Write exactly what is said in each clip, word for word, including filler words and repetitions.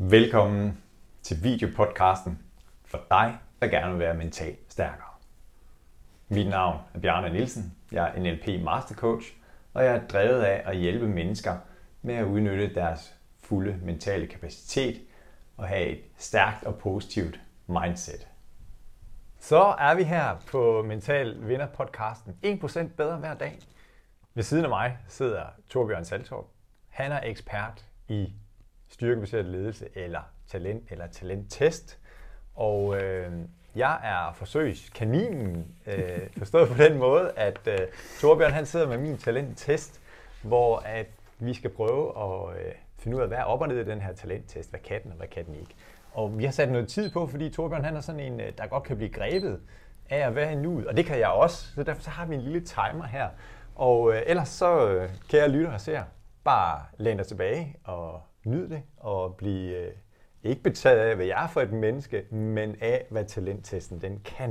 Velkommen til videopodcasten for dig, der gerne vil være mentalt stærkere. Mit navn er Bjarne Nielsen. Jeg er N L P Mastercoach, og jeg er drevet af at hjælpe mennesker med at udnytte deres fulde mentale kapacitet og have et stærkt og positivt mindset. Så er vi her på Mental Vinder podcasten en procent bedre hver dag. Ved siden af mig sidder Torbjørn Saltorp. Han er ekspert i styrkebaseret ledelse eller talent eller talenttest. Og øh, jeg er forsøgskaninen, øh, forstået på den måde, at øh, Torbjørn han sidder med min talenttest, hvor at vi skal prøve at øh, finde ud af, hvad er op og ned i den her talenttest, hvad kan den og hvad kan den ikke. Og vi har sat noget tid på, fordi Torbjørn han er sådan en, der godt kan blive grebet af at være i nuet, og det kan jeg også, så derfor så har vi en lille timer her. Og øh, ellers så, øh, kære lytter og ser, bare læn dig tilbage og nyd det, og blive øh, ikke betaget af, hvad jeg er for et menneske, men af, hvad talenttesten den kan.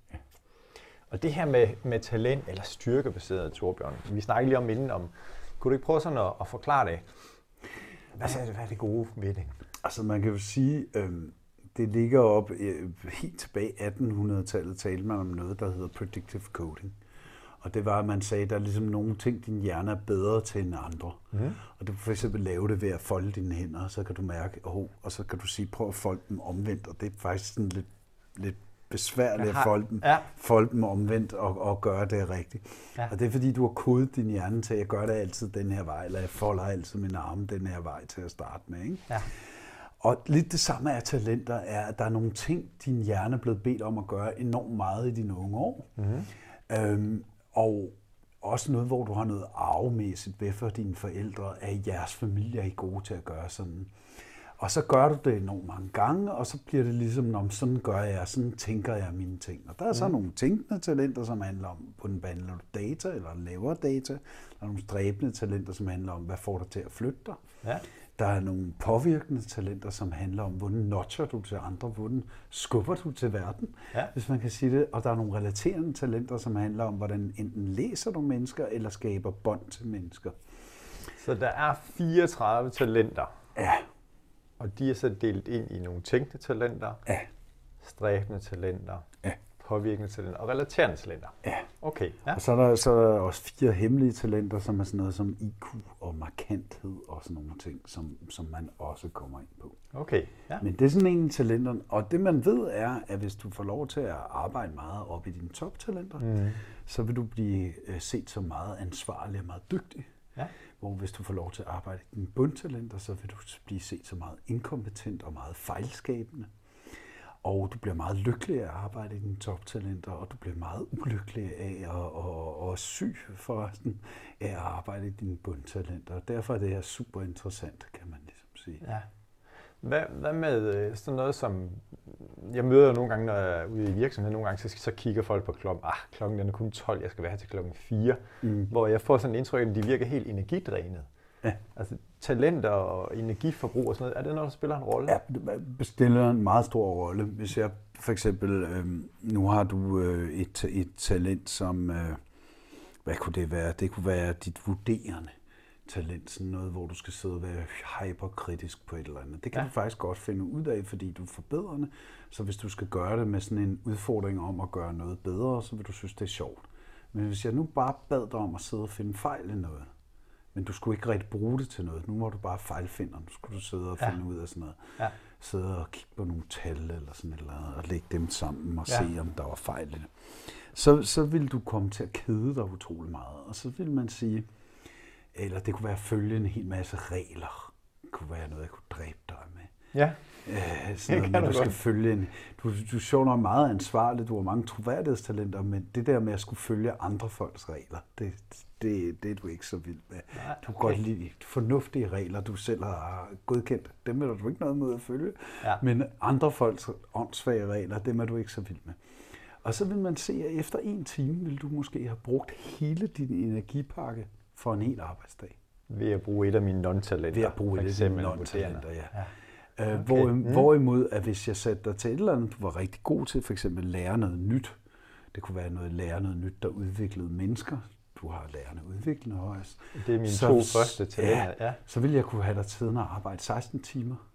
Og det her med, med talent eller styrkebaseret, Torbjørn, vi snakkede lige om inden om, kunne du ikke prøve sådan at, at forklare det? Hvad er, det, hvad er det gode ved det? Altså man kan jo sige, øh, det ligger op øh, helt tilbage i attenhundredetallet, talte man om noget, der hedder predictive coding. Og det var, at man sagde, at der er ligesom nogle ting, din hjerne er bedre til end andre. Mm. Og du kan for eksempel lave det ved at folde dine hænder, og så kan du mærke, oh, og så kan du sige, prøv at folde dem omvendt. Og det er faktisk sådan lidt, lidt besværligt at folde dem, ja. folde dem omvendt og, og gøre det rigtigt. Ja. Og det er fordi, du har kodet din hjerne til, at jeg gør det altid den her vej, eller jeg folder altid mine arme den her vej til at starte med. Ikke? Ja. Og lidt det samme af talenter er, at der er nogle ting, din hjerne er blevet bedt om at gøre enormt meget i dine unge år. Mm-hmm. Øhm, og også noget, hvor du har noget arvemæssigt ved for dine forældre, at jeres familie er gode til at gøre sådan. Og så gør du det enormt mange gange, og så bliver det ligesom, om sådan gør jeg, sådan tænker jeg mine ting. Og der er så mm. nogle tænkende talenter, som handler om, hvordan behandler du data, eller laver data. Der er nogle stræbende talenter, som handler om, hvad får dig til at flytte dig. Ja. Der er nogle påvirkende talenter, som handler om, hvordan notcher du til andre, hvordan skubber du til verden, ja. hvis man kan sige det. Og der er nogle relaterende talenter, som handler om, hvordan enten læser du mennesker, eller skaber bånd til mennesker. Så der er fireogtredive talenter. Ja. Og de er så delt ind i nogle tænkte talenter, ja. stræbende talenter, ja. påvirkende talenter og relaterende talenter. Ja. Okay. Ja. Og så er, der, så er der også fire hemmelige talenter, som er sådan noget som I Q og markanthed og sådan nogle ting, som, som man også kommer ind på. Okay. Ja. Men det er sådan en af talenterne, og det man ved er, at hvis du får lov til at arbejde meget op i dine toptalenter, mm. så vil du blive set som meget ansvarlig og meget dygtig. Ja. Hvor hvis du får lov til at arbejde i dine bundtalenter, så vil du blive set som meget inkompetent og meget fejlskabende. Og du bliver meget lykkelig af at arbejde i dine toptalenter, og du bliver meget ulykkelig af og, og, og syg forresten af at arbejde i dine bundtalenter. Og derfor er det her super interessant, kan man ligesom sige. Ja. Hvad, hvad med sådan noget som, jeg møder nogle gange, når jeg er ude i virksomheden, nogle gange så, så kigger folk på klokken, ah, klokken den er kun tolv, jeg skal være her til klokken fire, mm. hvor jeg får sådan et indtryk, at de virker helt energidrænet. Ja. Altså talenter og energiforbrug og sådan noget, er det noget, der spiller en rolle? Ja, det spiller en meget stor rolle. Hvis jeg for eksempel, øh, nu har du øh, et, et talent som, øh, hvad kunne det være? Det kunne være dit vurderende talent, sådan noget, hvor du skal sidde og være hyperkritisk på et eller andet. Det kan ja. du faktisk godt finde ud af, fordi du er forbedrende. Så hvis du skal gøre det med sådan en udfordring om at gøre noget bedre, så vil du synes, det er sjovt. Men hvis jeg nu bare bad dig om at sidde og finde fejl i noget, men du skulle ikke rigtig bruge det til noget. Nu må du bare fejlfinde, nu skulle du sidde og finde ja. ud af sådan noget. Ja. Sidde og kigge på nogle tal eller sådan eller andet, og lægge dem sammen og ja. se, om der var fejl i det. Så, så vil du komme til at kede dig utrolig meget. Og så vil man sige, eller det kunne være at følge en hel masse regler. Det kunne være noget, jeg kunne dræbe dig med. Ja, øh, sådan noget, du, du skal følge en, du, du er sjovt nok meget ansvarlig, du har mange troværdighedstalenter, men det der med at skulle følge andre folks regler, det, det, det er du ikke så vild med. Ja, okay. Du kan godt lide fornuftige regler, du selv har godkendt. Dem er du ikke noget med at følge. Ja. Men andre folks åndssvage regler, dem er du ikke så vild med. Og så vil man se, at efter en time vil du måske have brugt hele din energipakke for en hel arbejdsdag. Ved at bruge et af mine non-talenter. Ved at bruge et af dine non-talenter, ja. ja. Okay. Hvor, mm. Hvorimod, at hvis jeg satte dig til et eller andet, du var rigtig god til, for eksempel lære noget nyt. Det kunne være noget lære noget nyt, der udviklede mennesker. Du har lærerne udviklende også. Det er mine så, to første talenter, ja, ja. Så ville jeg kunne have dig tiden at arbejde seksten timer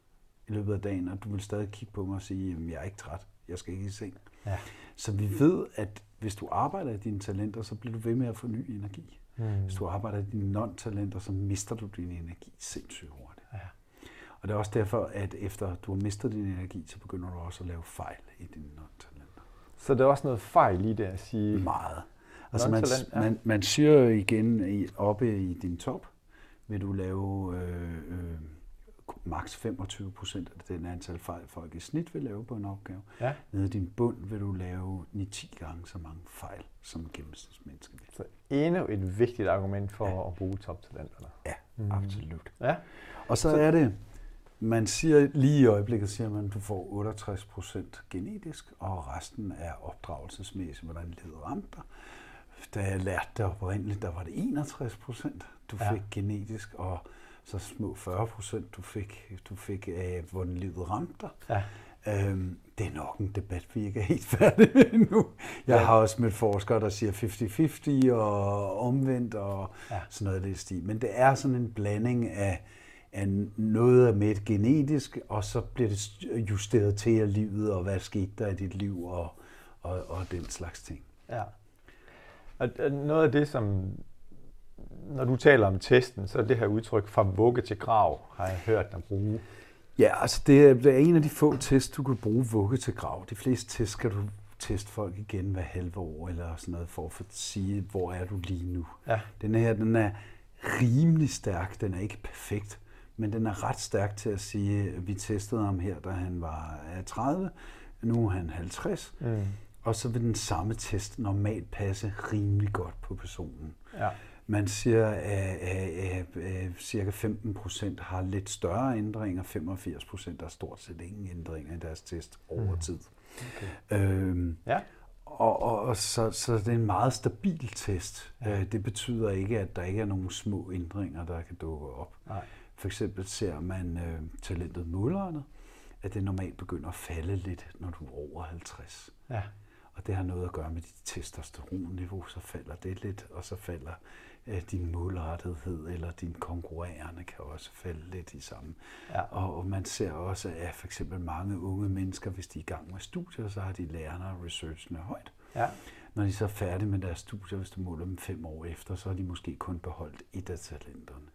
i løbet af dagen, og du vil stadig kigge på mig og sige, at jeg er ikke træt, jeg skal ikke i seng. Ja. Så vi ved, at hvis du arbejder i dine talenter, så bliver du ved med at få ny energi. Mm. Hvis du arbejder i dine non-talenter, så mister du din energi sindssygt hurtigt. Ja. Og det er også derfor, at efter du har mistet din energi, så begynder du også at lave fejl i dine non-talenter. Så der er også noget fejl i det at sige? Meget. Altså man, ja. man, man siger igen i, oppe i din top, vil du lave øh, øh, maks femogtyve procent af den antal fejl, folk i snit vil lave på en opgave. Ja. Nede i din bund vil du lave ni til ti gange så mange fejl, som en gennemsnitsmenneske vil. Så endnu et vigtigt argument for ja. at bruge toptalenterne. Ja, mm. absolut. Ja. Og så, så er det, man siger lige i øjeblikket, siger man, at du får otteogtres procent genetisk, og resten er opdragelsesmæssigt, hvordan livet ramte dig. Da jeg lærte det oprindeligt, der var det enogtres procent, du fik ja. genetisk, og så små fyrre procent, du fik, du fik af, hvordan livet ramte dig. Ja. Øhm, det er nok en debat, vi ikke er helt færdige med nu. Jeg ja. har også mødt forskere, der siger halvtreds halvtreds og omvendt og ja. sådan noget af det stil. Men det er sådan en blanding af, af noget med et genetisk, og så bliver det justeret til af livet, og hvad skete der i dit liv, og, og, og den slags ting. Ja. Og noget af det, som, når du taler om testen, så er det her udtryk fra vugge til grav, har jeg hørt dig bruge. Ja, altså det er, det er en af de få tests, du kan bruge vugge til grav. De fleste tests kan du teste folk igen hver halve år, eller sådan noget, for at sige, hvor er du lige nu. Ja. Den her, den er rimelig stærk, den er ikke perfekt, men den er ret stærk til at sige, at vi testede ham her, da han var tredive, nu er han halvtreds. Mm. Og så vil den samme test normalt passe rimelig godt på personen. Ja. Man siger, at, at, at, at cirka femten procent har lidt større ændringer, femogfirs procent har stort set ingen ændringer i deres test over tid. Okay. Øhm, ja. Og, og, og så, så det er en meget stabil test. Ja. Det betyder ikke, at der ikke er nogen små ændringer, der kan dukke op. Nej. For eksempel ser man øh, talentet målrettet, at det normalt begynder at falde lidt, når du er over halvtreds. Ja. Og det har noget at gøre med dit testosteronniveau, så falder det lidt, og så falder øh, din målrettethed eller din konkurrerende kan også falde lidt i sammen. Ja. Og, og man ser også, at for eksempel mange unge mennesker, hvis de er i gang med studier, så har de lærerne og researchene højt. Ja. Når de så er færdige med deres studier, hvis du måler dem fem år efter, så har de måske kun beholdt et af talenterne.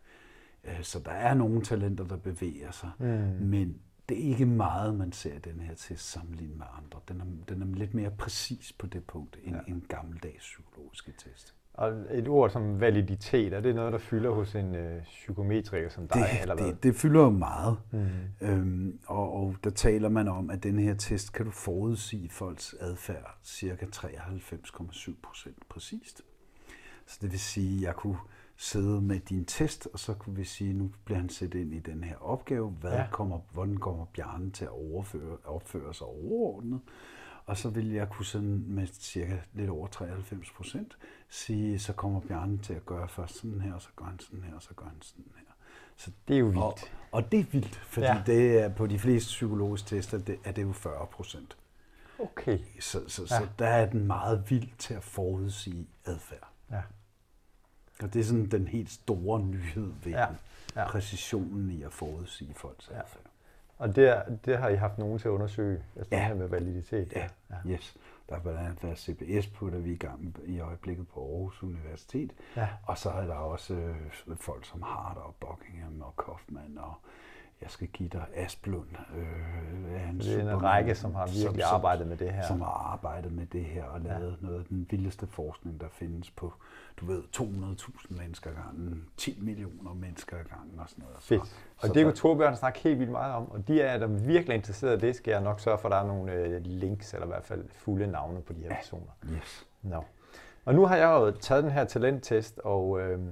Så der er nogle talenter, der bevæger sig, mm. men det er ikke meget, man ser i den her test sammenlignet med andre. Den er, den er lidt mere præcis på det punkt end ja. en gammeldags psykologiske test. Og et ord som validitet, er det noget, der fylder hos en øh, psykometriker som dig? Det, eller hvad? Det, det fylder jo meget. Mm. Øhm, og, og der taler man om, at den her test kan du forudsige folks adfærd cirka treoghalvfems komma syv procent præcist. Så det vil sige, at jeg kunne sidde med din test, og så kunne vi sige, nu bliver han sat ind i den her opgave. Hvad ja. kommer, hvordan kommer Bjarne til at overføre, opføre sig overordnet? Og så vil jeg kunne sådan med cirka lidt over treoghalvfems procent sige, så kommer Bjarne til at gøre først sådan her, og så gør han sådan her, og så gør han sådan her. Så det er jo vildt. Og, og det er vildt, fordi ja. det er på de fleste psykologiske tester, det, er det jo fyrre procent. Okay. Så, så, ja. så der er den meget vild til at forudsige adfærd. Ja. Og det er sådan den helt store nyhed ved ja. Ja. præcisionen i at forudsige folks adfærd. Ja. Og det, det har I haft nogen til at undersøge, altså ja. det her med validitet? Ja, ja. Yes. Der har blandt andet været C B S på, der vi er i gang i øjeblikket på Aarhus Universitet. Ja. Og så er der også øh, folk som Harder og Buckingham og Kaufmann og jeg skal give dig Asplund. Øh, en det er en række, som har virkelig som, arbejdet med det her. Som har arbejdet med det her og lavet ja. noget af den vildeste forskning, der findes på, du ved, to hundrede tusind mennesker ad gangen, ti millioner mennesker ad gangen og sådan noget. Fedt. Og så det kunne Torbjørn snakke helt vildt meget om, og de er der virkelig interesseret i det, skal jeg nok sørge for, at der er nogle øh, links, eller i hvert fald fulde navne på de her ja. personer. Yes. No. Og nu har jeg jo taget den her talenttest, og øh,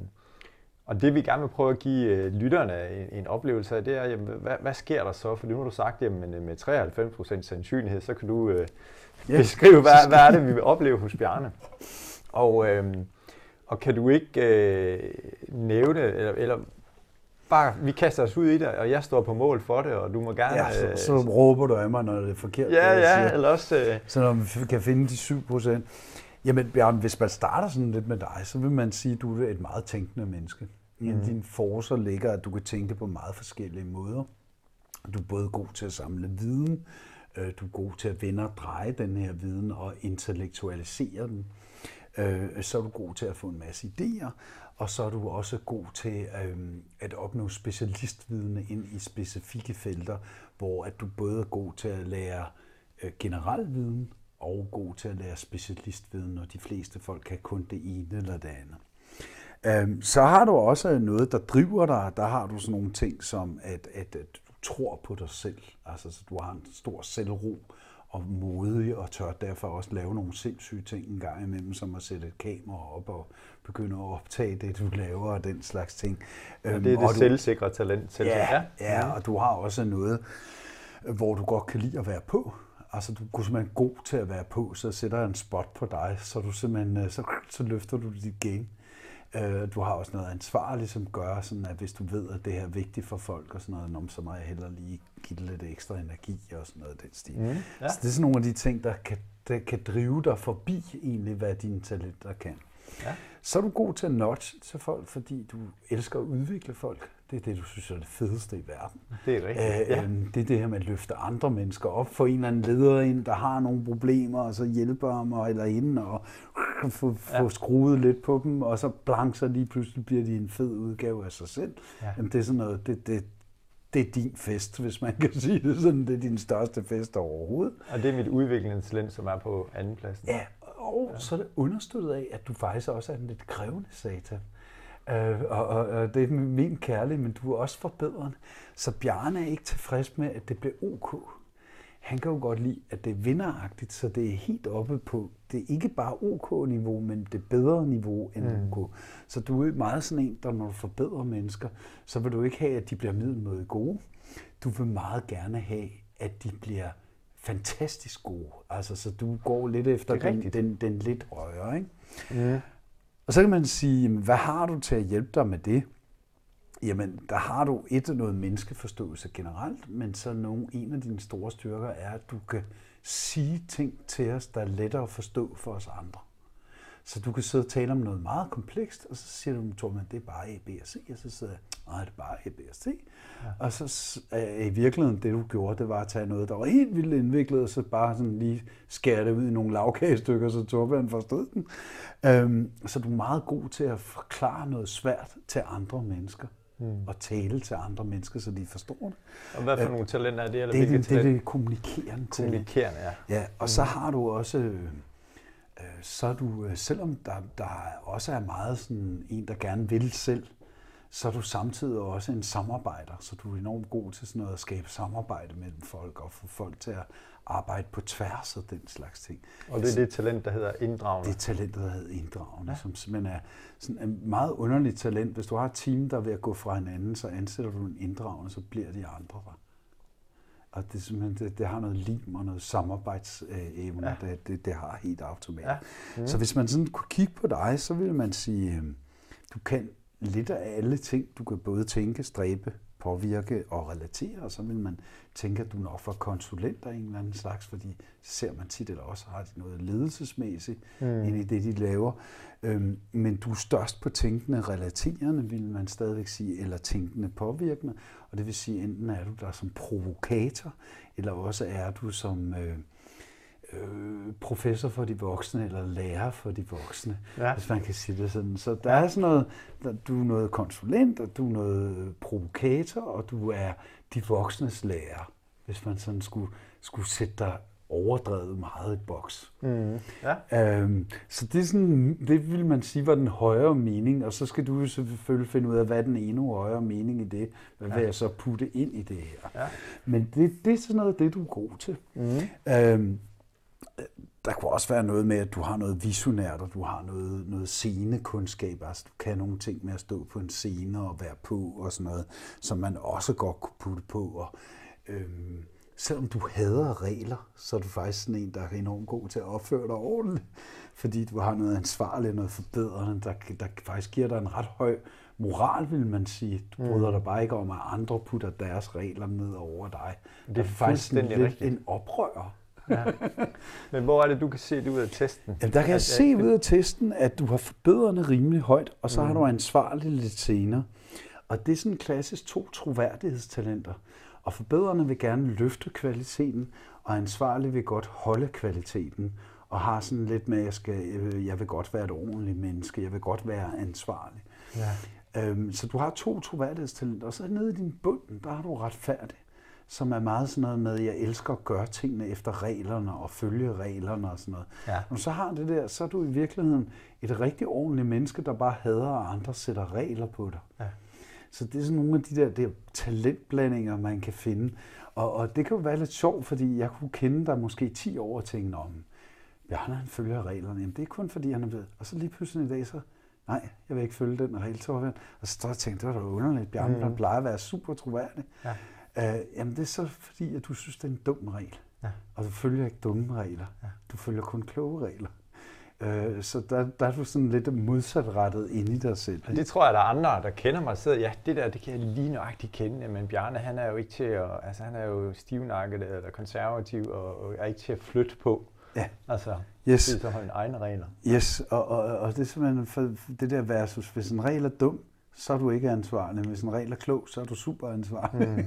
Og det vi gerne vil prøve at give øh, lytterne en, en oplevelse af, det er, jamen, hvad, hvad sker der så? For nu har du sagt, at med treoghalvfems procent sandsynlighed, så kan du øh, yes. beskrive, hvad, hvad er det, vi vil opleve hos Bjarne. Og, øh, og kan du ikke øh, nævne, eller, eller bare, vi kaster os ud i det, og jeg står på mål for det, og du må gerne... Ja, så, øh, så råber du af mig, når det er forkert. Ja, ja, eller også... Øh, så når man kan finde de syv procent. Jamen Bjarne, hvis man starter sådan lidt med dig, så vil man sige, at du er et meget tænkende menneske. Mm. Din forcer ligger, at du kan tænke på meget forskellige måder. Du er både god til at samle viden, du er god til at vende og dreje den her viden og intellektualisere den. Så er du god til at få en masse idéer, og så er du også god til at opnå specialistviden ind i specifikke felter, hvor at du både er god til at lære generel viden og god til at lære specialistviden, og de fleste folk kan kun det ene eller det andet. Så har du også noget, der driver dig. Der har du sådan nogle ting som, at, at, at du tror på dig selv. Altså, så du har en stor selvro og modig og tør derfor også lave nogle sindssyge ting en gang imellem, som at sætte et kamera op og begynde at optage det, du laver og den slags ting. Ja, det er det du, selvsikre talent. Selv ja, ja, ja, og du har også noget, hvor du godt kan lide at være på. Altså, du er simpelthen god til at være på, så sætter jeg en spot på dig, så, du simpelthen, så, så løfter du dit game. Du har også noget ansvar, som gør, sådan at hvis du ved, at det her er vigtigt for folk og sådan noget, så må jeg hellere lige give det lidt ekstra energi og sådan noget af den stil. Mm, ja. Så det er sådan nogle af de ting, der kan, der kan drive dig forbi egentlig, hvad dine talenter kan. Ja. Så er du god til at nudge til folk, fordi du elsker at udvikle folk. Det er det, du synes er det fedeste i verden. Det er rigtigt, ja. Det er det her med at løfte andre mennesker op, få en eller anden leder ind, der har nogle problemer, og så hjælpe ham eller hende, og få, ja. få skruet lidt på dem, og så blank, så lige pludselig bliver de en fed udgave af sig selv. Ja. Jamen, det er sådan noget, det, det, det er din fest, hvis man kan sige det sådan. Det er din største fest overhovedet. Og det er mit udviklingstalent, som er på anden pladsen. Ja, og ja. Så er det understøttet af, at du faktisk også er en lidt krævende satan. Uh, og, og, og det er min kærlighed, men du er også forbedrende. Så Bjarne er ikke tilfreds med, at det bliver ok. Han kan jo godt lide, at det er vinderagtigt, så det er helt oppe på, det er ikke bare ok-niveau, men det bedre niveau end mm. ok. Så du er meget sådan en, der når du forbedrer mennesker, så vil du ikke have, at de bliver middelmåde gode. Du vil meget gerne have, at de bliver fantastisk gode. Altså, så du går lidt efter den, den, den lidt højere, ikke? Mm. Og så kan man sige, hvad har du til at hjælpe dig med det? Jamen, der har du et noget menneskeforståelse generelt, men så nogle, en af dine store styrker er, at du kan sige ting til os, der er lettere at forstå for os andre. Så du kan sidde og tale om noget meget komplekst, og så siger du, Torben, det er bare A, B og C, og så sidder jeg, nej, det er bare A, B og C. Ja. Og så er i virkeligheden det, du gjorde, det var at tage noget, der var helt vildt indviklet, og så bare sådan lige skære det ud i nogle lavkagestykker, så Torben forstod den. Øhm, så du er meget god til at forklare noget svært til andre mennesker. Hmm. Og tale til andre mennesker, så de forstår det. Og hvad for øh, nogle talenter er det? Eller det, hvilke det, det er det kommunikerende. Kommunikerende, ja. Ja, og mm. så har du også, øh, så er du, selvom der, der også er meget sådan en, der gerne vil selv, så er du samtidig også en samarbejder, så du er enormt god til sådan noget at skabe samarbejde mellem folk og få folk til at arbejde på tværs og den slags ting. Og det er det talent, der hedder inddragende? Det er talentet, der hedder inddragende, ja. Som simpelthen er sådan et meget underligt talent. Hvis du har et team, der er ved at gå fra hinanden, så ansætter du en inddragende, så bliver de andre der. Og det, er simpelthen, det, det har noget lim og noget samarbejdsevne, ja. det, det, det har helt automatisk. Ja. Mm. Så hvis man sådan kunne kigge på dig, så vil man sige, du kan lidt af alle ting. Du kan både tænke, stræbe, påvirke og relatere, og så vil man tænke, at du nok får konsulent af en eller anden slags, fordi ser man tit, eller også har de noget ledelsesmæssigt mm. ind i det, de laver. Øhm, men du er størst på tænkende relaterende, vil man stadigvæk sige, eller tænkende påvirkende, og det vil sige, enten er du der som provokator, eller også er du som øh, øh, professor for de voksne, eller lærer for de voksne, ja. Hvis man kan sige det sådan. Så der er sådan noget, der, du er noget konsulent, og du er noget provokator, og du er de voksnes lærer, hvis man sådan skulle, skulle sætte dig overdrevet meget i boks. Mm, ja. øhm, så det er sådan, det vil man sige var den højere mening, og så skal du jo selvfølgelig finde ud af, hvad er den endnu højere mening i det, hvad ja. Vil jeg så putte ind i det her. Ja. Men det, det er sådan noget, det du er god til. Mm. Øhm, der kunne også være noget med, at du har noget visionært, og du har noget, noget scenekundskab, altså du kan nogle ting med at stå på en scene og være på og sådan noget, som man også godt kunne putte på. Og, øhm, selvom du hader regler, så er du faktisk sådan en, der er enormt god til at opføre dig ordentligt, fordi du har noget ansvarligt, noget forbedrende, der, der faktisk giver dig en ret høj moral, vil man sige. Du bryder mm. dig bare ikke om, at andre putter deres regler ned over dig. Det er, er faktisk lidt rigtigt. En oprører. Ja. Men hvor er det, du kan se det ud af testen? Jamen, der kan jeg at, se ud af testen, at du har forbedrende rimelig højt, og så mm. har du ansvarligt lidt senere. Og det er sådan klassisk to troværdighedstalenter. Og forbedrerne vil gerne løfte kvaliteten, og ansvarlig vil godt holde kvaliteten, og har sådan lidt med, at jeg, skal, jeg vil godt være et ordentligt menneske, jeg vil godt være ansvarlig. Ja. Øhm, så du har to troværdighedstalenter, og så nede i din bund, der har du retfærdig, som er meget sådan noget med, at jeg elsker at gøre tingene efter reglerne og følge reglerne og sådan noget. Ja. Og så har det der, så er du i virkeligheden et rigtig ordentligt menneske, der bare hader, at andre sætter regler på dig. Ja. Så det er sådan nogle af de der, der talentblandinger, man kan finde. Og, og det kan jo være lidt sjovt, fordi jeg kunne kende dig måske ti år og tænke om, Bjarne, han følger reglerne. Jamen det er kun fordi, han er ved. Og så lige pludselig en dag, så nej, jeg vil ikke følge den regel til overvendt. Og så jeg tænkte jeg, det var da underligt. Bjarne, mm. der plejer at være super troværdig. Ja. Uh, jamen det er så fordi, at du synes, det er en dum regel. Ja. Og du følger ikke dumme regler. Ja. Du følger kun kloge regler. Uh, så der, der er du sådan lidt modsatrettet inde i dig selv. Og det tror jeg, der er andre, der kender mig og sidder, ja, det der, det kan jeg lige nøjagtigt kende. Men Bjarne, han er jo ikke til at, altså han er jo stivnakket eller konservativ og, og er ikke til at flytte på. Ja. Altså, yes. det er så holde egne regler. Yes, og, og, og det er simpelthen for det der versus, hvis en regel er dum, så er du ikke ansvarlig. Hvis en regel er klog, så er du super ansvarlig. Mm,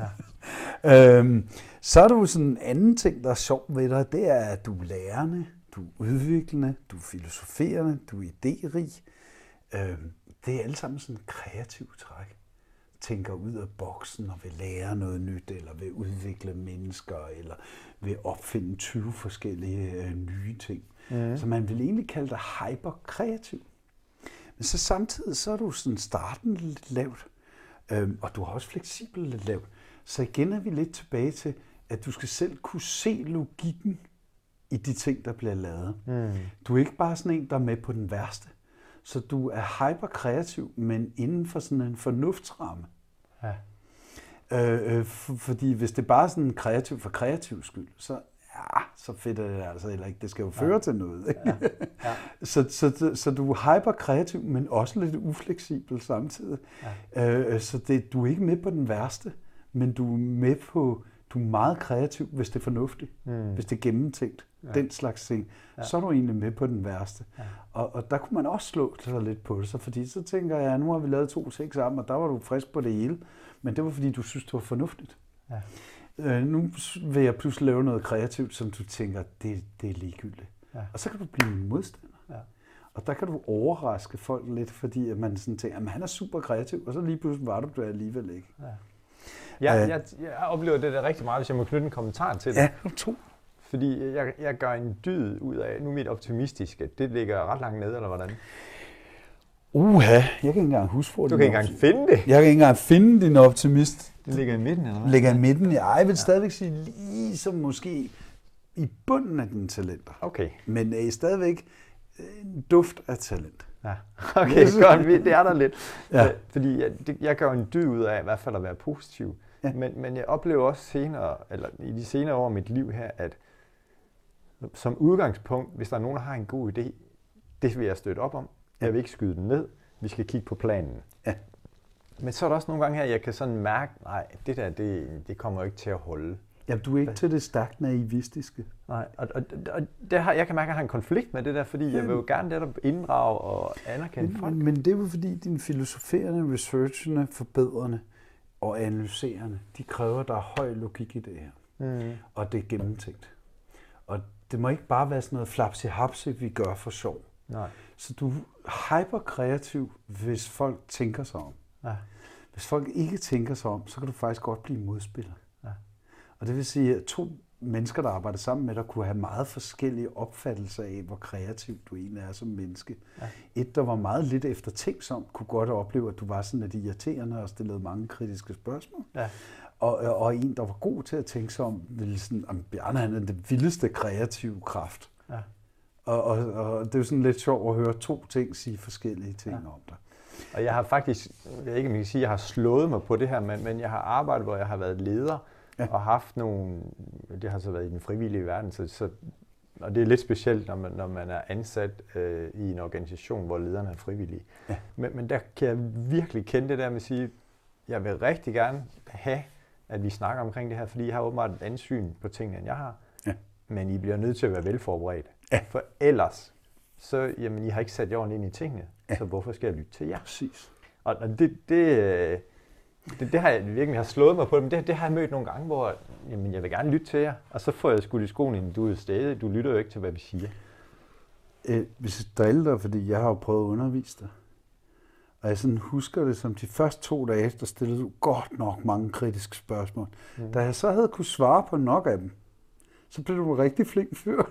ja. øhm, så er du sådan en anden ting, der er sjov ved dig, det er, at du er lærende, du er udviklende, du er filosoferende, du er idérig. Øhm, det er alle sammen sådan kreative træk. Tænker ud af boksen og vil lære noget nyt, eller vil udvikle mennesker, eller vil opfinde tyve forskellige øh, nye ting. Mm. Så man vil egentlig kalde dig hyperkreativ. Men så samtidig så er du sådan starten lidt lavt, øhm, og du har også fleksibel lidt lavt. Så igen er vi lidt tilbage til, at du skal selv kunne se logikken i de ting, der bliver lavet. Mm. Du er ikke bare sådan en, der er med på den værste. Så du er hyperkreativ, men inden for sådan en fornuftsramme. Ja. Øh, øh, for, fordi hvis det bare er sådan kreativ for kreativ skyld, så ja, så fedt er det altså heller ikke. Det skal jo føre ja. til noget. Ikke? Ja. Ja. så, så, så du er hyperkreativ, men også lidt ufleksibel samtidig. Ja. Øh, så det, du er ikke med på den værste, men du er med på, du er meget kreativ, hvis det er fornuftigt, mm. hvis det er gennemtænkt. Ja. Den slags ting, ja. Så er du egentlig med på den værste. Ja. Og, og der kunne man også slå sig lidt på det, så fordi så tænker jeg, nu har vi lavet to ting sammen, og der var du frisk på det hele, men det var fordi, du synes, det var fornuftigt. Ja. Øh, nu vil jeg pludselig lave noget kreativt, som du tænker, det, det er ligegyldigt. Ja. Og så kan du blive en modstander. Ja. Og der kan du overraske folk lidt, fordi at man sådan tænker, at han er super kreativ, og så lige pludselig var du det alligevel ikke. Ja. Ja, øh, jeg, jeg oplever det der rigtig meget, hvis jeg må knytte en kommentar til det. Ja, to. Fordi jeg, jeg gør en dyd ud af, nu er mit optimistiske, det ligger ret langt nede, eller hvordan? Uha, jeg kan ikke engang huske, hvor du kan ikke engang finde det. Jeg kan ikke engang finde din optimist. Det ligger i midten, eller hvad? Ligger i midten, ja. Jeg vil stadigvæk sige lige som måske i bunden af dine talenter. Okay. Men er stadigvæk en duft af talent. Ja, okay, godt. Det er der lidt. Ja. Fordi jeg, det, jeg gør en dyd ud af, i hvert fald at være positiv. Ja. Men, men jeg oplever også senere, eller i de senere år af mit liv her, at som udgangspunkt, hvis der er nogen, der har en god idé, det vil jeg støtte op om. Jeg vil ikke skyde den ned. Vi skal kigge på planen. Ja. Men så er der også nogle gange her, jeg kan sådan mærke, nej, det der, det, det kommer ikke til at holde. Ja, du er ikke til det stærkt naivistiske. Nej, og, og, og det har, jeg kan mærke, at jeg har en konflikt med det der, fordi jeg vil jo gerne netop inddrage og anerkende men, folk. Men det er jo fordi, dine filosoferende, researcherne, forbedrende og analyserende, de kræver, at der er høj logik i det her. Mm. Og det er gennemtænkt. Og det må ikke bare være sådan noget flapsi-hapsi, vi gør for sjov. Nej. Så du er hyperkreativ, hvis folk tænker sig om. Ja. Hvis folk ikke tænker sig om, så kan du faktisk godt blive modspiller. Ja. Og det vil sige, at to mennesker, der arbejder sammen med dig, kunne have meget forskellige opfattelser af, hvor kreativ du egentlig er som menneske. Ja. Et, der var meget lidt eftertænksom, kunne godt opleve, at du var sådan lidt irriterende og stillede mange kritiske spørgsmål. Ja. Og, og en, der var god til at tænke sig om, ville sådan, om Bjarne han er den vildeste kreative kraft. Ja. Og, og, og det er jo sådan lidt sjovt at høre to ting sige forskellige ting ja. om dig. Og jeg har faktisk, jeg ved ikke om jeg kan sige, at jeg har slået mig på det her, men, men jeg har arbejdet, hvor jeg har været leder ja. og haft nogle, det har så været i den frivillige verden, så, så, og det er lidt specielt, når man, når man er ansat øh, i en organisation, hvor lederne er frivillige. Ja. Men, men der kan jeg virkelig kende det der med at sige, jeg vil rigtig gerne have, at vi snakker omkring det her, fordi jeg har åbenbart et andet syn på tingene, end jeg har. Ja. Men I bliver nødt til at være velforberedt. Ja. For ellers, så jamen, I har ikke sat jer ordentligt ind i tingene. Ja. Så hvorfor skal jeg lytte til jer? Præcis. Og det, det, Det, det har jeg virkelig har slået mig på, men det, det har jeg mødt nogle gange, hvor jamen, jeg vil gerne lytte til jer, og så får jeg skudt i skoen, du er stadig, du lytter jo ikke til, hvad vi siger. Øh, hvis jeg driller dig, fordi jeg har jo prøvet at undervise dig, og jeg sådan husker det som de første to dage, der stillede du godt nok mange kritiske spørgsmål. Mm. Da jeg så havde kunne svare på nok af dem, så blev du en rigtig flink fyr.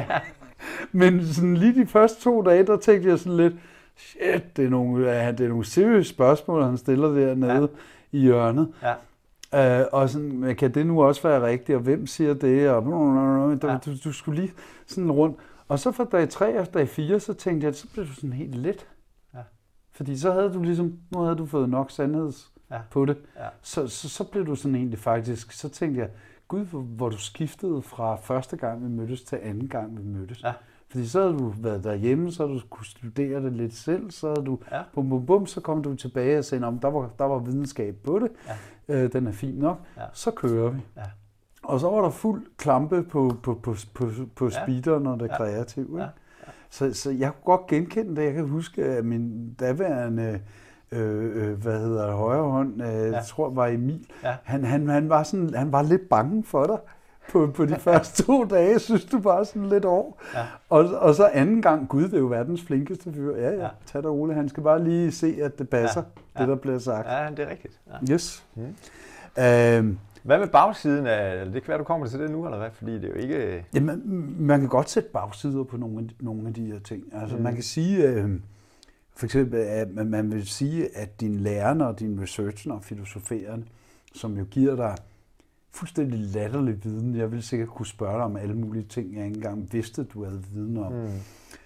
Men sådan lige de første to dage, der tænkte jeg sådan lidt, shit, det er nogle, det er nogle seriøse spørgsmål, han stiller dernede ja. i hjørnet. Ja. Uh, og sådan, men kan det nu også være rigtigt, og hvem siger det? Og ja. du, du skulle lige sådan rundt. Og så fra dag tre efter dag fire, så tænkte jeg, at så blev du sådan helt let. Ja. Fordi så havde du ligesom, nu havde du fået nok sandheds ja. på det. Ja. Så, så, så blev du sådan egentlig faktisk, så tænkte jeg, gud, hvor, hvor du skiftede fra første gang, vi mødtes, til anden gang, vi mødtes. Ja. Fordi så havde du været derhjemme, så havde du kunne studere det lidt selv, så havde du, ja. bum, bum, bum, så kom du tilbage og sagde, der var, der var videnskab på det, ja. øh, den er fin nok, ja. så kører vi. Ja. Og så var der fuld klampe på, på, på, på, på speederen og det ja. kreative. Ja. Ja. Så, så jeg kunne godt genkende det. Jeg kan huske, at min daværende øh, øh, hvad hedder det, højre hånd, øh, ja. jeg tror var Emil, ja. han, han, han, var sådan, han var lidt bange for dig. På, på de første to dage, synes du bare sådan lidt over. Ja. Og, og så anden gang, gud, det er jo verdens flinkeste fyr. Ja, ja, tag dig roligt. Han skal bare lige se, at det passer, ja. Ja. det der bliver sagt. Ja, det er rigtigt. Ja. Yes. Mm. Øhm. Hvad med bagsiden af, det kan være, du kommer til det nu, eller hvad? Fordi det er jo ikke... Ja, man, man kan godt sætte bagsider på nogle, nogle af de her ting. Altså, mm. man kan sige, øh, for eksempel, at man, man vil sige, at din lærerne og din researcherne og filosoferende, som jo giver dig fuldstændig latterlig viden. Jeg ville sikkert kunne spørge dig om alle mulige ting, jeg ikke engang vidste, du havde viden om. Mm.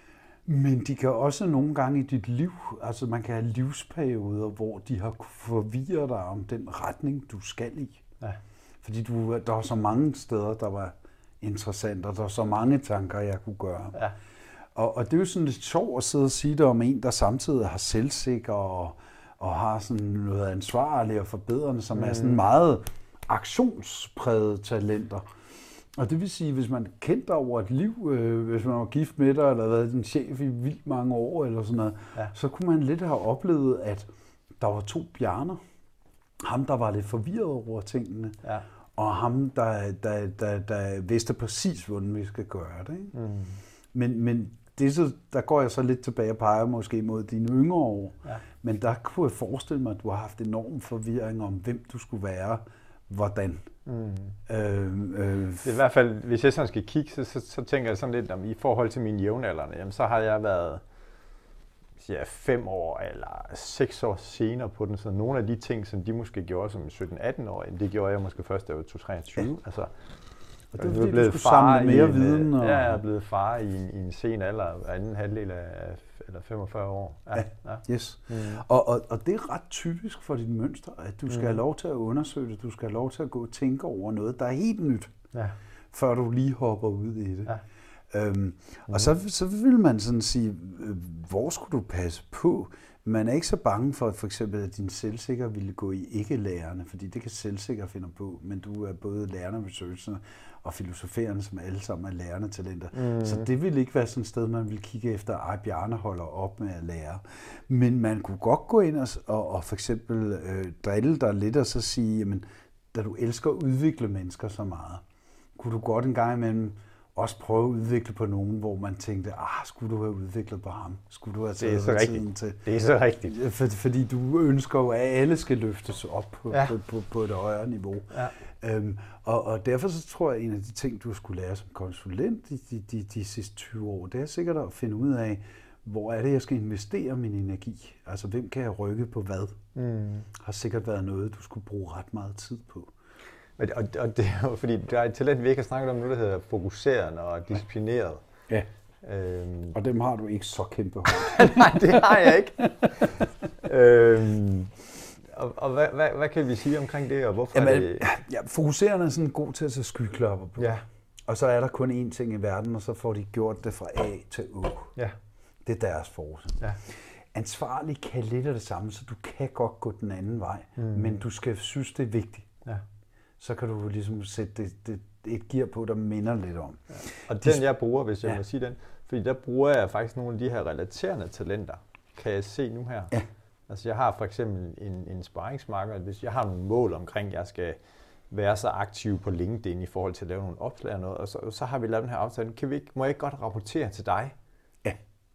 Men de kan også nogle gange i dit liv, altså man kan have livsperioder, hvor de har forvirret dig om den retning, du skal i. Ja. Fordi du, der var så mange steder, der var interessant, og der var så mange tanker, jeg kunne gøre. Ja. Og, og det er jo sådan lidt sjovt at sidde og sige det om en, der samtidig har selvsikker og, og har sådan noget ansvarligt og forbedrende, som mm. er sådan meget aktionsprægede talenter. Og det vil sige, hvis man kendte over et liv, øh, hvis man var gift med dig, eller været din chef i vildt mange år, eller sådan noget, ja. så kunne man lidt have oplevet, at der var to bjerner. Ham, der var lidt forvirret over tingene, ja. og ham, der, der, der, der vidste præcis, hvordan vi skal gøre det. Ikke? Mm. Men, men det så, der går jeg så lidt tilbage og peger måske mod dine yngre år. Ja. Men der kunne jeg forestille mig, at du har haft enorm forvirring om, hvem du skulle være, hvordan. Mm. Øh, øh, I hvert fald, hvis jeg sådan skal kigge, så, så, så tænker jeg sådan lidt, om i forhold til mine jævnaldrende, jamen så har jeg været ja, fem år eller seks år senere på den, så nogle af de ting, som de måske gjorde som sytten atten år, det gjorde jeg måske først, da jeg var to treogtyve. Ja. Altså, og det er fordi, du skulle samle mere viden. Og... Ja, jeg er blevet far i en, i en sen alder, anden halvdel af eller femogfyrre år. Ja, ja. ja. Yes. Mm. Og, og, og det er ret typisk for dit mønster, at du skal mm. have lov til at undersøge det, du skal have lov til at gå og tænke over noget, der er helt nyt, ja. før du lige hopper ud i det. Ja. Øhm, mm. Og så, så vil man sådan sige, hvor skulle du passe på? Man er ikke så bange for, at for eksempel, at din selvsikker ville gå i ikke-lærerne, fordi det kan selvsikker finde på, men du er både lærerne, researcher og filosoferende, som alle sammen er lærende talenter. Mm. Så det ville ikke være sådan et sted, man ville kigge efter, ej, Bjarne holder op med at lære. Men man kunne godt gå ind og, og, og for eksempel øh, drille dig lidt og så sige, jamen, da du elsker at udvikle mennesker så meget, kunne du godt en gang imellem også prøve at udvikle på nogen, hvor man tænkte, ah, skulle du have udviklet på ham? Skulle du have taget det er så tiden til? Det er så rigtigt. For, fordi du ønsker jo, at alle skal løftes op på, ja. på, på, på et højere niveau. Ja. Øhm, og, og derfor så tror jeg, at en af de ting, du skulle lære som konsulent de, de, de, de sidste tyve år, det er sikkert at finde ud af, hvor er det, jeg skal investere min energi? Altså, hvem kan jeg rykke på hvad? Mm. Har sikkert været noget, du skulle bruge ret meget tid på. Og, og det er jo fordi, der er et talent, vi ikke har snakket om nu, der hedder fokuserende og disciplineret. Ja, øhm. og dem har du ikke så kæmpe højt. Nej, det har jeg ikke. øhm. Og, og hvad, hvad, hvad kan vi sige omkring det, og hvorfor Jamen, er det... Ja, fokuserende er sådan god til at tage skyklapper på. Ja. Og så er der kun én ting i verden, og så får de gjort det fra A til Å. Ja. Det er deres force. Ja. Ansvarlig kan lidt af det samme, så du kan godt gå den anden vej, mm. men du skal synes, det er vigtigt. Ja. Så kan du ligesom sætte det, det, et gear på, der minder lidt om. Ja. Og den jeg bruger, hvis jeg ja. må sige den, fordi der bruger jeg faktisk nogle af de her relaterende talenter, kan jeg se nu her. Ja. Altså jeg har for eksempel en, en sparringsmarker, hvis jeg har nogle mål omkring, at jeg skal være så aktiv på LinkedIn i forhold til at lave nogle opslag og noget, og så, så har vi lavet den her aftale. Kan vi ikke, må jeg ikke godt rapportere til dig? Ja.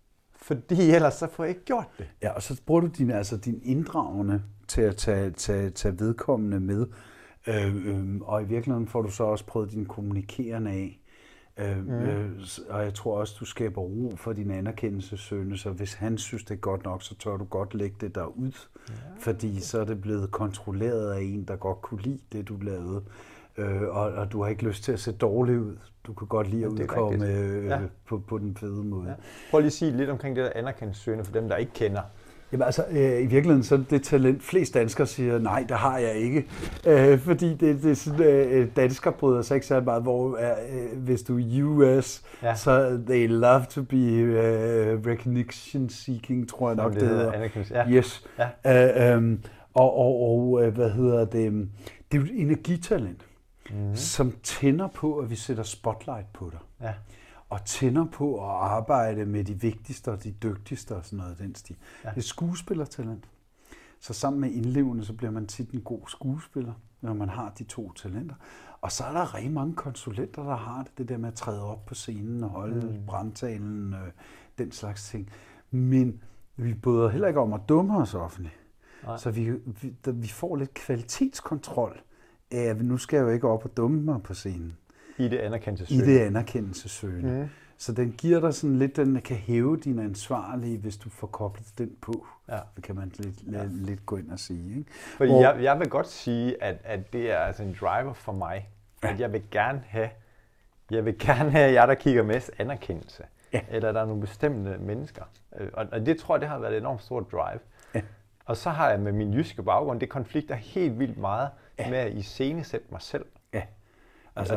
Fordi ellers så får jeg ikke gjort det. Ja, og så bruger du din, altså din inddragende til at tage, tage, tage vedkommende med. Øh, øh, og i virkeligheden får du så også prøvet din kommunikerende af. Øh, mm. øh, og jeg tror også, du skaber ro for din anerkendelsessøgende, så hvis han synes, det er godt nok, så tør du godt lægge det derud. Ja. Fordi så er det blevet kontrolleret af en, der godt kunne lide det, du lavede. Øh, og, og du har ikke lyst til at se dårlig ud. Du kan godt lide at ja, udkomme øh, ja. på, på den fede måde. Ja. Prøv lige at sige lidt omkring det der anerkendelsessøgende for dem, der ikke kender. Jamen altså, øh, i virkeligheden så er det talent, flest danskere siger, nej, det har jeg ikke. Øh, fordi det, det er sådan, øh, danskere bryder sig ikke særlig meget, hvor øh, hvis du er U S, ja. så they love to be uh, recognition seeking, tror jeg nok, det, det hedder. Ja. Yes. Ja. Øh, øh, og, og, og hvad hedder det? Det er jo et energitalent, mm-hmm. som tænder på, at vi sætter spotlight på dig. Ja. Og tænder på at arbejde med de vigtigste og de dygtigste og sådan noget af den stil. Ja. Det er skuespillertalent. Så sammen med indlevende, så bliver man tit en god skuespiller, når man har de to talenter. Og så er der rigtig mange konsulenter, der har det, det der med at træde op på scenen og holde mm. brandtalen, øh, den slags ting. Men vi bryder heller ikke om at dumme os offentligt. Nej. Så vi, vi, vi får lidt kvalitetskontrol af, at nu skal jeg jo ikke op og dumme mig på scenen. I det anerkendelsessøgende. I det anerkendelsessøgende. Mm. Så den giver dig sådan lidt, den kan hæve din ansvarlige, hvis du får koblet den på. Ja. Det kan man lidt, ja. lidt, lidt gå ind og sige. Ikke? Fordi Hvor, jeg, jeg vil godt sige, at, at det er altså en driver for mig. Ja. At jeg vil gerne have, jeg vil gerne have jer, der kigger mest anerkendelse. Ja. Eller der er nogle bestemte mennesker. Og, og det tror jeg, det har været et enormt stort drive. Ja. Og så har jeg med min jyske baggrund, det konflikter helt vildt meget ja. med at iscenesætte mig selv. Ja. Altså,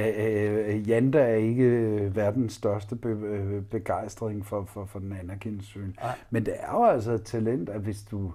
øh, øh, Jante er ikke verdens største be, øh, begejstring for, for, for den anerkendelsessøgende. Men det er jo altså et talent, at hvis du...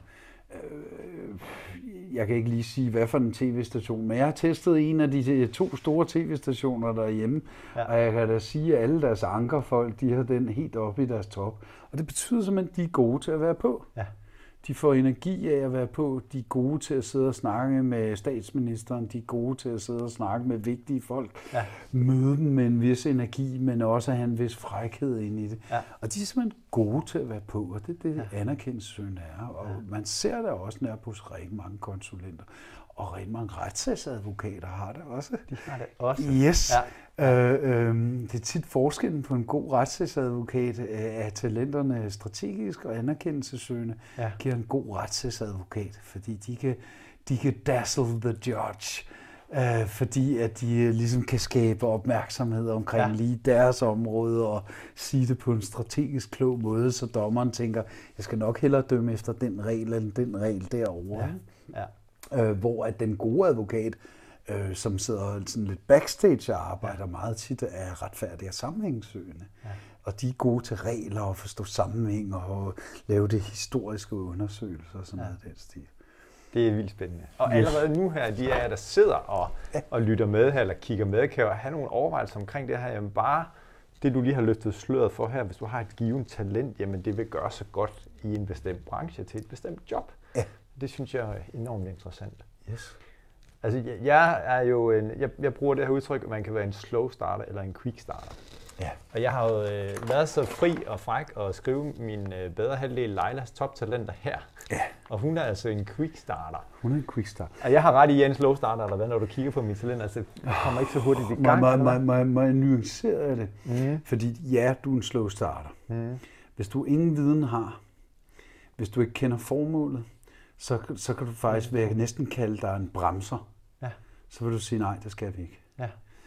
Øh, jeg kan ikke lige sige, hvad for en tv-station, men jeg har testet en af de to store tv-stationer derhjemme, ja. og jeg kan da sige, at alle deres ankerfolk, de har den helt oppe i deres top. Og det betyder simpelthen, at de er gode til at være på. Ja. De får energi af at være på, de er gode til at sidde og snakke med statsministeren, de er gode til at sidde og snakke med vigtige folk, ja. møde dem med en vis energi, men også at have en vis frækhed ind i det. Ja. Og de er simpelthen gode til at være på, og det er det, ja. anerkendelsessøgende er. Og ja. man ser det også nær på rigtig mange konsulenter. Og rigtig mange retssagsadvokater har det også. De har det også. Yes. Ja. Øh, øh, det er tit forskellen på en god retssagsadvokat, at talenterne strategisk og anerkendelsessøgende ja. giver en god retssagsadvokat, fordi de kan, de kan dazzle the judge, øh, fordi at de ligesom kan skabe opmærksomhed omkring ja. lige deres område og sige det på en strategisk klog måde, så dommeren tænker, jeg skal nok hellere dømme efter den regel end den regel derovre. Ja. Ja. Øh, hvor at den gode advokat, øh, som sidder sådan lidt backstage og arbejder ja. meget tit, er retfærdig og sammenhængssøgende. Ja. Og de er gode til regler og forstå sammenhæng og lave det historiske undersøgelser og sådan ja. noget af den stil. Det er vildt spændende. Og allerede nu her, de af jer, der sidder og, ja. og lytter med her, eller kigger med, kan jo have nogle overvejelser omkring det her. Jamen bare det, du lige har løftet sløret for her, hvis du har et givet talent, jamen det vil gøre så godt i en bestemt branche til et bestemt job. Ja. Det synes jeg er enormt interessant. Yes. Altså, jeg, jeg er jo en, jeg, jeg bruger det her udtryk, at man kan være en slow starter eller en quick starter. Ja. Og jeg har jo øh, været så fri og fræk at skrive min øh, bedre halvdel Lailas toptalenter her. Ja. Og hun er altså en quick starter. Hun er en quick starter. Og jeg har ret i en slow starter, eller hvad, når du kigger på mine talenter, altså jeg kommer ikke så hurtigt i gang. Må, må, må, må jeg nuancere det? Mm. Fordi ja, du er en slow starter. Mm. Hvis du ingen viden har, hvis du ikke kender formålet, Så, så kan du faktisk være, næsten kalde dig en bremser. Ja. Så vil du sige, nej, det skal vi ikke. Ja.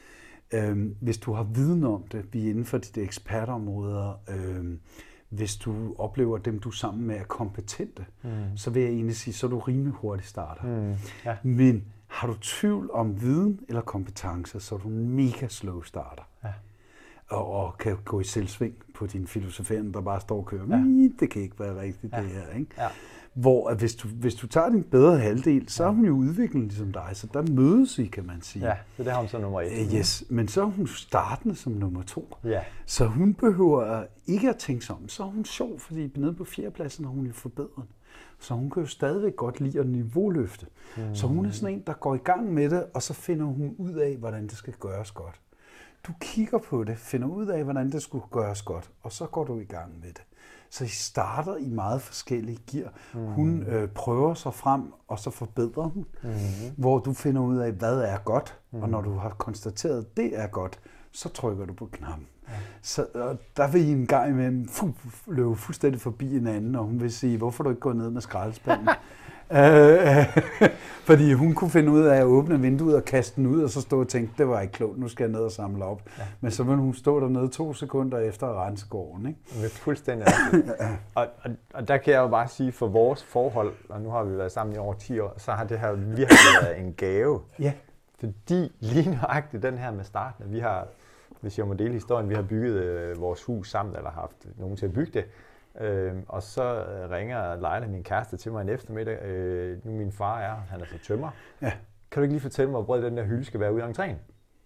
Øhm, hvis du har viden om det, vi er inden for dit ekspertområder, øhm, hvis du oplever dem, du er sammen med, er kompetente, mm. så vil jeg egentlig sige, så er du rimelig hurtigt starter. Mm. Ja. Men har du tvivl om viden eller kompetencer, så er du en mega slow starter. Ja. Og, og kan gå i selvsving på din filosoferende, der bare står og kører. Ja. Det kan ikke være rigtigt, ja. det her. Ikke? Ja. Hvor at hvis, du, hvis du tager din bedre halvdel, så er hun jo udviklet ligesom dig, så der mødes I, kan man sige. Ja, så der har hun så nummer et. Uh, yes, men så er hun startende som nummer to. Ja. Så hun behøver ikke at tænke sig om. Så er hun sjov, fordi nede på fjerdepladsen har hun jo forbedret. Så hun kan jo stadigvæk godt lide at niveauløfte. Mm. Så hun er sådan en, der går i gang med det, og så finder hun ud af, hvordan det skal gøres godt. Du kigger på det, finder ud af, hvordan det skulle gøres godt, og så går du i gang med det. Så I starter i meget forskellige gear. Mm. Hun øh, prøver sig frem, og så forbedrer hun. Mm. Hvor du finder ud af, hvad er godt, mm. og når du har konstateret, at det er godt, så trykker du på knappen. Ja. Så og der vil I en gang imellem fu, løbe fuldstændig forbi hinanden, og hun vil sige, hvorfor du ikke går ned med skraldespanden? øh, fordi hun kunne finde ud af at åbne vinduet og kaste den ud, og så stå og tænke, det var ikke klogt, nu skal jeg ned og samle op. Ja. Men så vil hun stå dernede to sekunder efter at rense gården. Ikke? Det er fuldstændig og, og, og der kan jeg jo bare sige, for vores forhold, og nu har vi været sammen i over ti år, så har det her virkelig været en gave. Ja. Fordi lige nøjagtigt den her med starten, vi har, hvis jeg må dele historien, vi har bygget øh, vores hus sammen, eller haft nogen til at bygge det. Øh, og så ringer Leila, min kæreste, til mig en eftermiddag. Øh, nu min far er, han er så tømrer. Ja. Kan du ikke lige fortælle mig, hvor bred den der hylde skal være ude i entréen?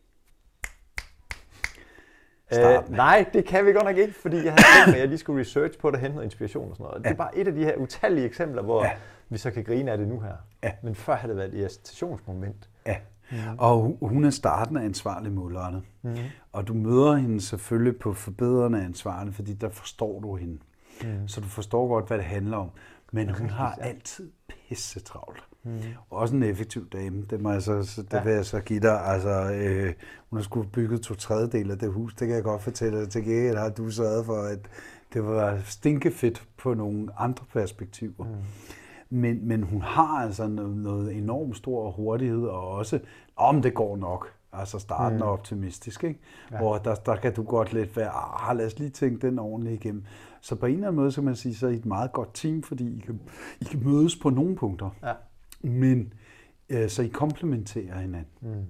Øh, nej, det kan vi godt nok ikke, fordi jeg havde tænkt mig, at jeg lige skulle research på det og hente noget inspiration og sådan noget. Ja. Det er bare et af de her utallige eksempler, hvor ja. vi så kan grine af det nu her. Ja. Men før havde det været et irritationsmoment. Ja. Mm-hmm. Og hun er startende ansvarlig målrettet. Mm-hmm. Og du møder hende selvfølgelig på forbedrende ansvarlig, fordi der forstår du hende. Mm. Så du forstår godt, hvad det handler om. Men hun har altid pisse travlt. Mm. Også en effektiv dame, det, må jeg så, det ja. vil jeg så give dig. Altså, øh, hun har sgu bygget to tredjedel af det hus, det kan jeg godt fortælle dig. Til gengæld har du sørget for, at det var stinkefedt på nogle andre perspektiver. Mm. Men, men hun har altså noget, noget enormt stor hurtighed, og også, om det går nok. Altså starten mm. er optimistisk, ikke? Ja. Hvor der, der kan du godt lidt være, ah, lad os lige tænke den ordentligt igennem. Så på en eller anden måde, så kan man sige, så er I et meget godt team, fordi I kan, I kan mødes på nogle punkter. Ja. Men øh, så I komplementerer hinanden. Mm.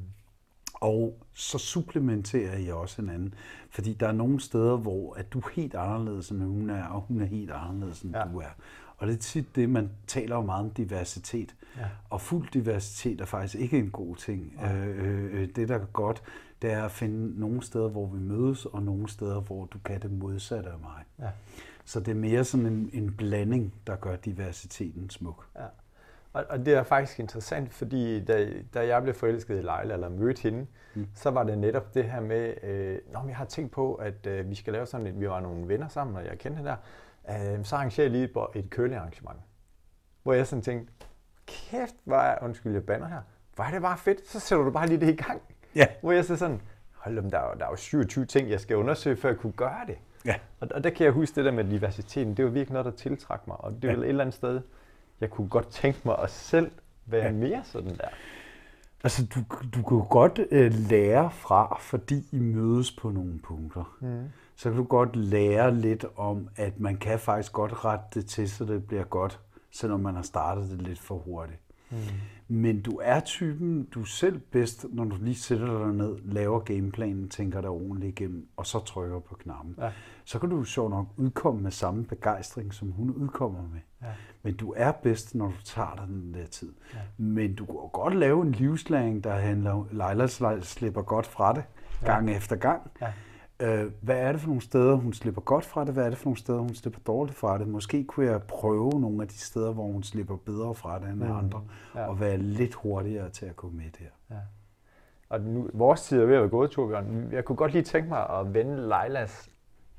Og så supplementerer I også hinanden. Fordi der er nogle steder, hvor at du er helt anderledes, end hun er, og hun er helt anderledes, end ja. du er. Og det er tit det, man taler jo meget om diversitet. Ja. Og fuld diversitet er faktisk ikke en god ting. Ja. Øh, det, der er godt, det er at finde nogle steder, hvor vi mødes, og nogle steder, hvor du kan det modsatte af mig. Ja. Så det er mere sådan en, en blanding, der gør diversiteten smuk. Ja. Og, og det er faktisk interessant, fordi da, da jeg blev forelsket i Leila, eller mødte hende, mm. så var det netop det her med, øh, når jeg har tænkt på, at øh, vi skal lave sådan et, vi var nogle venner sammen, og jeg kendte hende der, øh, så arrangerer jeg lige et curling-arrangement. Hvor jeg sådan tænkte, kæft, hvor er, undskyld, jeg bander her, hvor er det bare fedt, så sætter du bare lige det i gang. Ja. Hvor jeg så sådan, hold da, der er, jo, der er jo syvogtyve ting, jeg skal undersøge, før jeg kunne gøre det. Ja. Og, og der kan jeg huske det der med diversiteten, det var virkelig noget, der tiltrak mig, og det var ja. et eller andet sted, jeg kunne godt tænke mig at selv være ja. mere sådan der. Altså, du, du kan jo godt øh, lære fra, fordi I mødes på nogle punkter. Mm. Så kan du godt lære lidt om, at man kan faktisk godt rette det til, så det bliver godt, selvom man har startet det lidt for hurtigt. Mm. Men du er typen, du er selv bedst, når du lige sætter dig ned, laver gameplanen, tænker dig ordentligt igennem, og så trykker på knappen. Ja. Så kan du sjovt nok udkomme med samme begejstring, som hun udkommer med. Ja. Men du er bedst, når du tager dig den der tid. Ja. Men du kan godt lave en livslæring, der handler, Leila slipper godt fra det, gang ja. efter gang. Ja. Hvad er det for nogle steder, hun slipper godt fra det? Hvad er det for nogle steder, hun slipper dårligt fra det? Måske kunne jeg prøve nogle af de steder, hvor hun slipper bedre fra det end mm. andre, ja. og være lidt hurtigere til at gå med der. Ja. Og nu, vores tid er ved at være gået, Torbjørn. Jeg kunne godt lige tænke mig at vende Leilas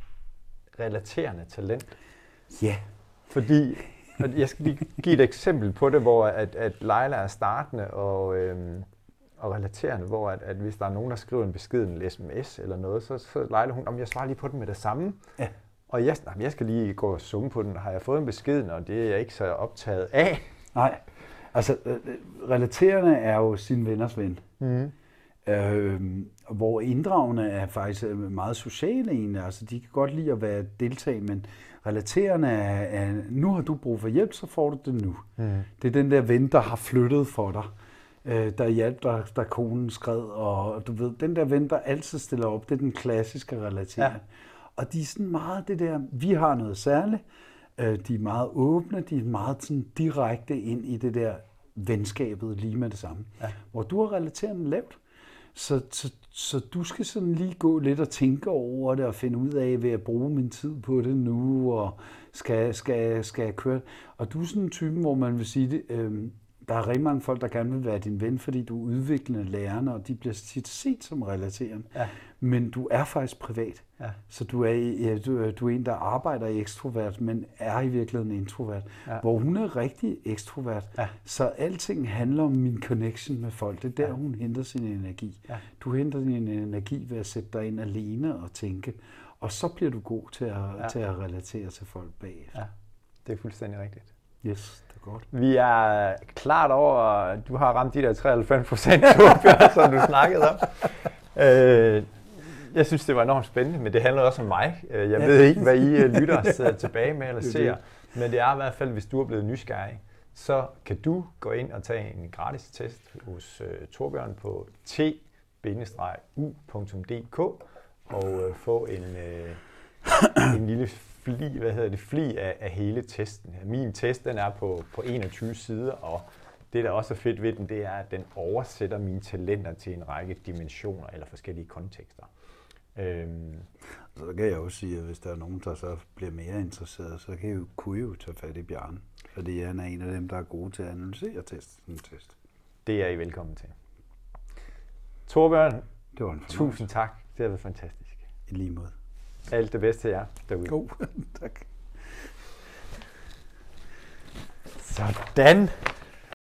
relaterende talent. Ja. Fordi, jeg skal lige give et eksempel på det, hvor at, at Leila er startende og... Øhm, og relaterende, hvor at, at hvis der er nogen, der skriver en besked, en sms eller noget, så, så Leila hun, om jeg svarer lige på den med det samme. Ja. Og jeg, jamen, jeg skal lige gå og summe på den. Har jeg fået en besked, og det er jeg ikke så optaget af? Nej, altså relaterende er jo sin venners ven. Mm. Øh, hvor inddragende er faktisk meget sociale egentlig. Altså de kan godt lide at være deltage, men relaterende er, er, nu har du brug for hjælp, så får du det nu. Mm. Det er den der ven, der har flyttet for dig. Der hjalp dig, da konen skred, og du ved, den der ven, der altid stiller op, det er den klassiske relatering. Ja. Og de er sådan meget det der, vi har noget særligt, Øh, de er meget åbne, de er meget sådan direkte ind i det der venskabet lige med det samme. Ja. Hvor du har relaterende lavt, så, så, så du skal sådan lige gå lidt og tænke over det og finde ud af, vil jeg bruge min tid på det nu, og skal, skal, skal jeg køre. Og du er sådan en type, hvor man vil sige det, øh, der er rigtig mange folk, der gerne vil være din ven, fordi du er udviklende lærerne, og de bliver tit set som relaterende. Ja. Men du er faktisk privat. Ja. Så du er, ja, du, du er en, der arbejder i ekstrovert, men er i virkeligheden introvert. Ja. Hvor hun er rigtig ekstrovert. Ja. Så alting handler om min connection med folk. Det er der, ja. Hun henter sin energi. Ja. Du henter din energi ved at sætte dig ind alene og tænke. Og så bliver du god til at, ja. til at relatere til folk bagefter. Ja. Det er fuldstændig rigtigt. Yes, det er godt. Vi er klart over, at du har ramt de der treoghalvfems procent, som du snakkede om. Øh, jeg synes, det var enormt spændende, men det handler også om mig. Jeg ja. ved ikke, hvad I lytter sidder tilbage med eller ser, men det er i hvert fald, hvis du er blevet nysgerrig, så kan du gå ind og tage en gratis test hos uh, Torbjørn på t bindestreg u punktum d k og uh, få en, uh, en lille fli, hvad hedder det, fli af, af hele testen. Min test, den er på, på enogtyve sider, og det, der også er fedt ved den, det er, at den oversætter mine talenter til en række dimensioner eller forskellige kontekster. Øhm. Så kan jeg også sige, at hvis der er nogen, der så bliver mere interesseret, så kan I jo, kunne I jo tage fat i Bjarne. Fordi han er en af dem, der er gode til at analysere testen. Test. Det er I velkommen til. Torbjørn, det var en tusind tak. Det har været fantastisk. I lige måde. Alt det bedste til jer derude. God, tak. Sådan.